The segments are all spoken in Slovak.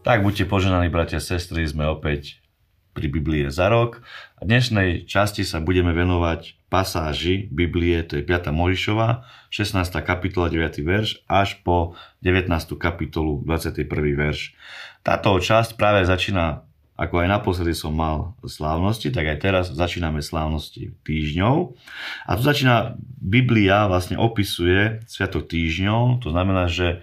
Tak buďte poženaní, bratia a sestry, sme opäť pri Biblie za rok. A v dnešnej časti sa budeme venovať pasáži Biblie, to je 5. Mojžišova, 16. kapitola, 9. verš, až po 19. kapitolu, 21. verš. Táto časť práve začína, ako aj naposledy som mal slávnosti, tak aj teraz začíname slávnosti týždňov. A tu začína, Biblia vlastne opisuje sviatok týždňov, to znamená, že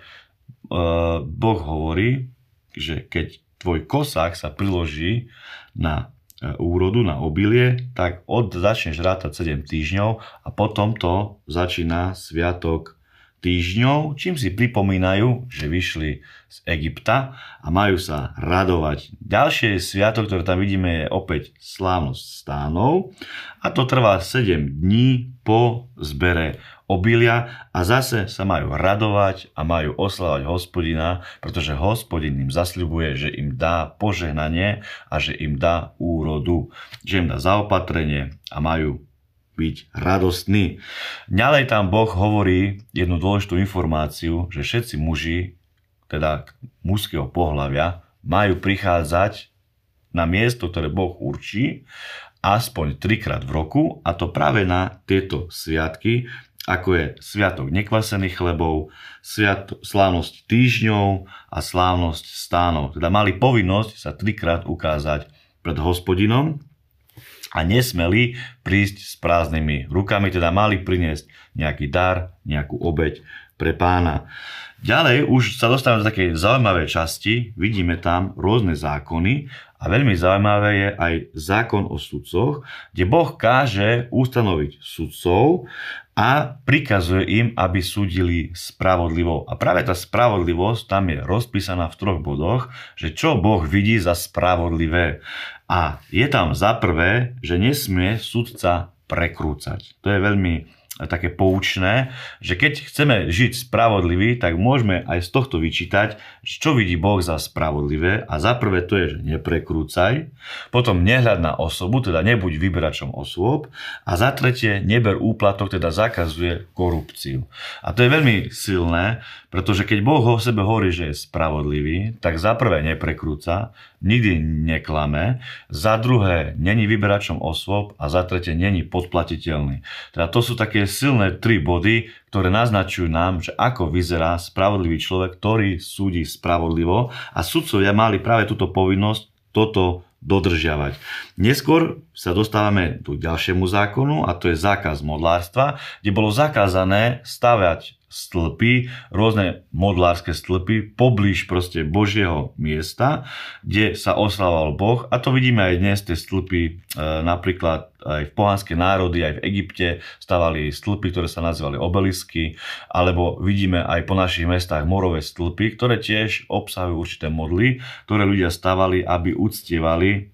Boh hovorí, že keď tvoj kosák sa priloží na úrodu, na obilie, tak začneš rátať 7 týždňov a potom to začína sviatok týždňov, čím si pripomínajú, že vyšli z Egypta a majú sa radovať. Ďalšie sviatok, ktoré tam vidíme, je opäť slávnosť stánov a to trvá 7 dní po zbere obilia a zase sa majú radovať a majú oslávať Hospodina, pretože Hospodin im zasľubuje, že im dá požehnanie a že im dá úrodu, že im dá zaopatrenie a majú byť radostní. Ďalej tam Boh hovorí jednu dôležitú informáciu, že všetci muži, teda mužského pohlavia, majú prichádzať na miesto, ktoré Boh určí, aspoň 3-krát v roku, a to práve na tieto sviatky, ako je sviatok nekvasených chlebov, slávnosť týždňov a slávnosť stánov. Teda mali povinnosť sa 3-krát ukázať pred Hospodinom a nesmeli prísť s prázdnymi rukami, teda mali priniesť nejaký dar, nejakú obeť pre Pána. Ďalej už sa dostávame do takej zaujímavej časti, vidíme tam rôzne zákony a veľmi zaujímavé je aj zákon o sudcoch, kde Boh káže ustanoviť sudcov a prikazuje im, aby súdili spravodlivo. A práve tá spravodlivosť tam je rozpísaná v 3 bodoch, že čo Boh vidí za spravodlivé. A je tam za prvé, že nesmie sudca prekrúcať. To je veľmi také poučné, že keď chceme žiť spravodlivý, tak môžeme aj z tohto vyčítať, čo vidí Boh za spravodlivé. A za prvé to je, že neprekrúcaj, potom nehľad na osobu, teda nebuď vyberačom osôb, a za tretie neber úplatok, teda zakazuje korupciu. A to je veľmi silné, pretože keď Boh o sebe hovorí, že je spravodlivý, tak za prvé neprekrúca, nikdy neklame, za druhé není vyberačom osôb a za tretie není podplatiteľný. Teda to sú také silné 3 body, ktoré naznačujú nám, že ako vyzerá spravodlivý človek, ktorý súdi spravodlivo, a sudcovia mali práve túto povinnosť toto dodržiavať. Neskôr sa dostávame k ďalšiemu zákonu a to je zákaz modlárstva, kde bolo zakázané stavať stĺpy, rôzne modlárske stĺpy poblíž proste Božieho miesta, kde sa oslavoval Boh, a to vidíme aj dnes, tie stĺpy napríklad aj v pohanské národy, aj v Egypte stavali stĺpy, ktoré sa nazývali obelisky, alebo vidíme aj po našich mestách morové stĺpy, ktoré tiež obsahujú určité modly, ktoré ľudia stavali, aby uctievali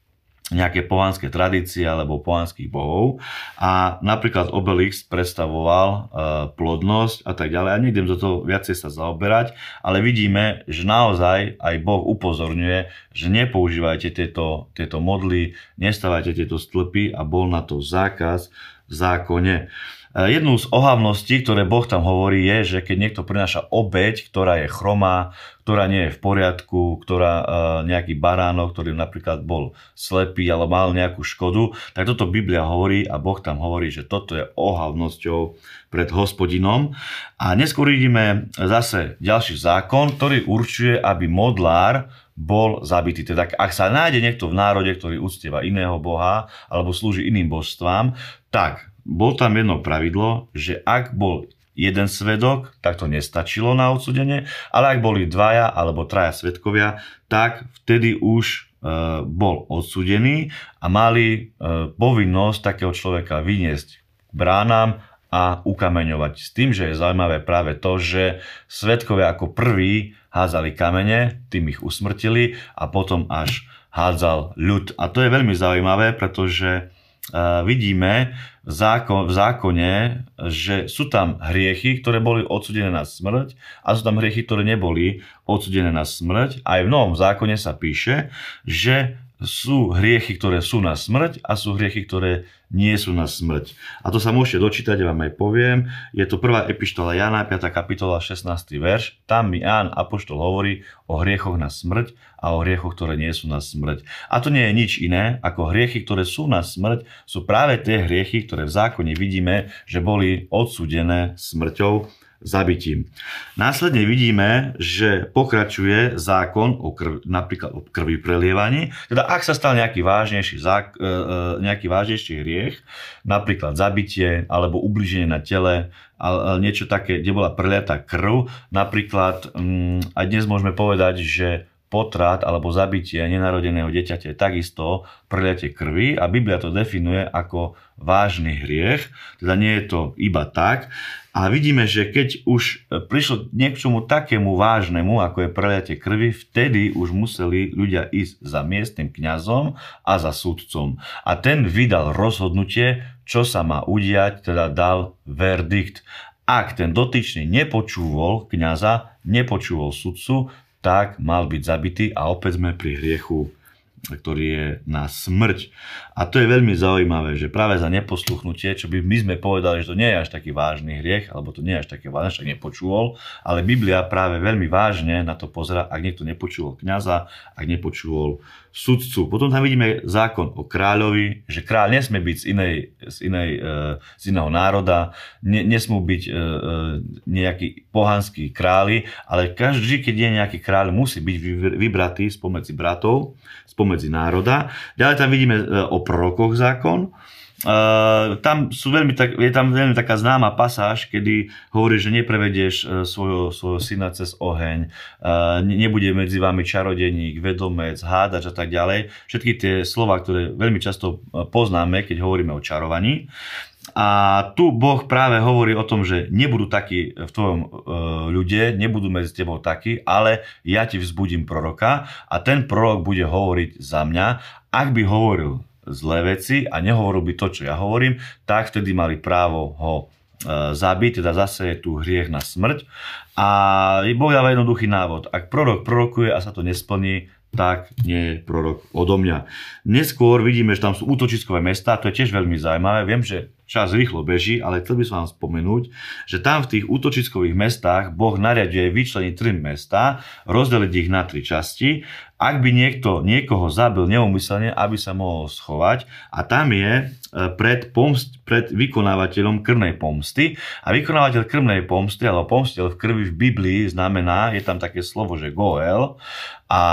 nejaké pohanské tradície alebo pohanských bohov. A napríklad Obelix predstavoval plodnosť a tak ďalej. A nejdem do toho viacej sa zaoberať, ale vidíme, že naozaj aj Boh upozorňuje, že nepoužívajte tieto modly, nestavajte tieto stĺpy, a bol na to zákaz v zákone. Jednou z ohavností, ktoré Boh tam hovorí, je, že keď niekto prináša obeť, ktorá je chromá, ktorá nie je v poriadku, nejaký baránok, ktorý napríklad bol slepý alebo mal nejakú škodu, tak toto Biblia hovorí a Boh tam hovorí, že toto je ohavnosťou pred Hospodinom. A neskôr vidíme zase ďalší zákon, ktorý určuje, aby modlár bol zabitý. Teda ak sa nájde niekto v národe, ktorý uctieva iného boha alebo slúži iným božstvám, tak bol tam jedno pravidlo, že ak bol jeden svedok, tak to nestačilo na odsúdenie, ale ak boli 2 alebo 3 svedkovia, tak vtedy už bol odsúdený a mali povinnosť takého človeka vyniesť k bránam a ukameňovať. S tým, že je zaujímavé práve to, že svedkovia ako prví hádzali kamene, tým ich usmrtili a potom až hádzal ľud. A to je veľmi zaujímavé, pretože vidíme v zákone, že sú tam hriechy, ktoré boli odsúdené na smrť, a sú tam hriechy, ktoré neboli odsúdené na smrť. Aj v Novom zákone sa píše, že sú hriechy, ktoré sú na smrť a sú hriechy, ktoré nie sú na smrť. A to sa môžete dočítať, ja vám aj poviem. Je to prvá epištola Jána, 5. kapitola, 16. verš. Tam mi Ján apoštol hovorí o hriechoch na smrť a o hriechoch, ktoré nie sú na smrť. A to nie je nič iné, ako hriechy, ktoré sú na smrť, sú práve tie hriechy, ktoré v zákone vidíme, že boli odsúdené smrťou, zabitím. Následne vidíme, že pokračuje zákon napríklad o krvi prelievaní. Teda ak sa stal nejaký vážnejší hriech, napríklad zabitie alebo ubliženie na tele, niečo také, kde bola preliatá krv, napríklad aj dnes môžeme povedať, že potrat alebo zabitie nenarodeného dieťaťa je takisto preliatie krvi a Biblia to definuje ako vážny hriech, teda nie je to iba tak. A vidíme, že keď už prišlo k niečomu takému vážnemu, ako je preliatie krvi, vtedy už museli ľudia ísť za miestnym kňazom a za sudcom. A ten vydal rozhodnutie, čo sa má udiať, teda dal verdikt. Ak ten dotyčný nepočúval kňaza, nepočúval sudcu, tak mal byť zabitý a opäť sme pri hriechu, ktorý je na smrť. A to je veľmi zaujímavé, že práve za neposluchnutie, čo by my sme povedali, že to nie je až taký vážny hriech, alebo to nie je až také vážne, však nepočúval, ale Biblia práve veľmi vážne na to pozerá, ak niekto nepočúval kňaza, ak nepočúval sudcu. Potom tam vidíme zákon o kráľovi, že kráľ nesmie byť z iného národa, nesmú byť nejakí pohanskí králi, ale každý, keď je nejaký kráľ, musí byť vybratý spomedzi bratov, spomedzi národa. Ďalej tam vidíme o prorokoch zákon. Je tam veľmi taká známa pasáž, kedy hovorí, že neprevedieš svojho syna cez oheň, nebude medzi vami čarodejník, vedomec, hádač a tak ďalej. Všetky tie slova, ktoré veľmi často poznáme, keď hovoríme o čarovaní. A tu Boh práve hovorí o tom, že nebudú takí v tvojom ľude, nebudú medzi tebou takí, ale ja ti vzbudím proroka a ten prorok bude hovoriť za mňa. Ak by hovoril zlé veci a nehovoril by to, čo ja hovorím, tak vtedy mali právo ho zabiť, teda zase je tu hriech na smrť. A Boh dáva jednoduchý návod. Ak prorok prorokuje a sa to nesplní, tak nie je prorok odo mňa. Neskôr vidíme, že tam sú útočiskové mestá, to je tiež veľmi zaujímavé. Viem, že čas rýchlo beží, ale chcel by som vám spomenúť, že tam v tých útočiskových mestách Boh nariaduje vyčleniť 3 mestá, rozdeliť ich na 3 časti. Ak by niekto niekoho zabil neumyselne, aby sa mohol schovať, a tam je pred vykonávateľom krvnej pomsty. A vykonávateľ krvnej pomsty, alebo pomstiteľ v krvi v Biblii znamená, je tam také slovo, že Goel. A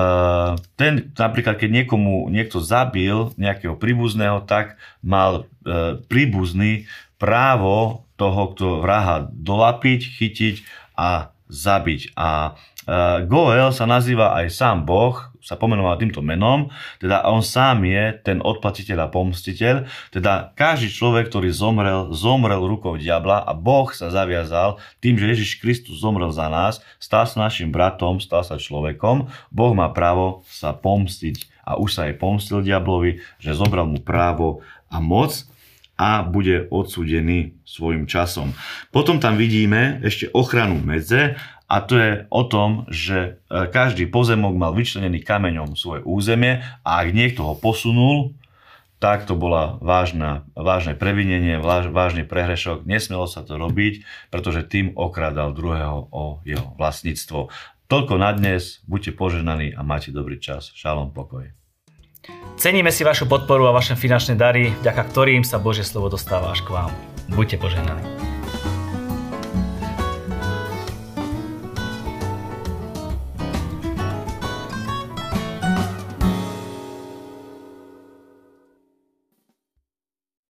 ten napríklad, keď niekto zabil nejakého príbuzného, tak mal príbuzný právo toho, kto vraha dolapiť, chytiť a zabiť. A Goel sa nazýva aj sám Boh, sa pomenoval týmto menom, teda on sám je ten odplatiteľ a pomstiteľ, teda každý človek, ktorý zomrel rukou diabla a Boh sa zaviazal tým, že Ježiš Kristus zomrel za nás, stal sa našim bratom, stal sa človekom, Boh má právo sa pomstiť a už sa aj pomstil diablovi, že zobral mu právo a moc a bude odsúdený svojim časom. Potom tam vidíme ešte ochranu medze, a to je o tom, že každý pozemok mal vyčlenený kameňom svoje územie a ak niekto ho posunul, tak to bola vážne previnenie, vážny prehrešok. Nesmielo sa to robiť, pretože tým okrádal druhého o jeho vlastníctvo. Toľko na dnes, buďte požehnaní a majte dobrý čas. Šalom, pokoj. Ceníme si vašu podporu a vaše finančné dary, vďaka ktorým sa Božie slovo dostáva až k vám. Buďte požehnaní.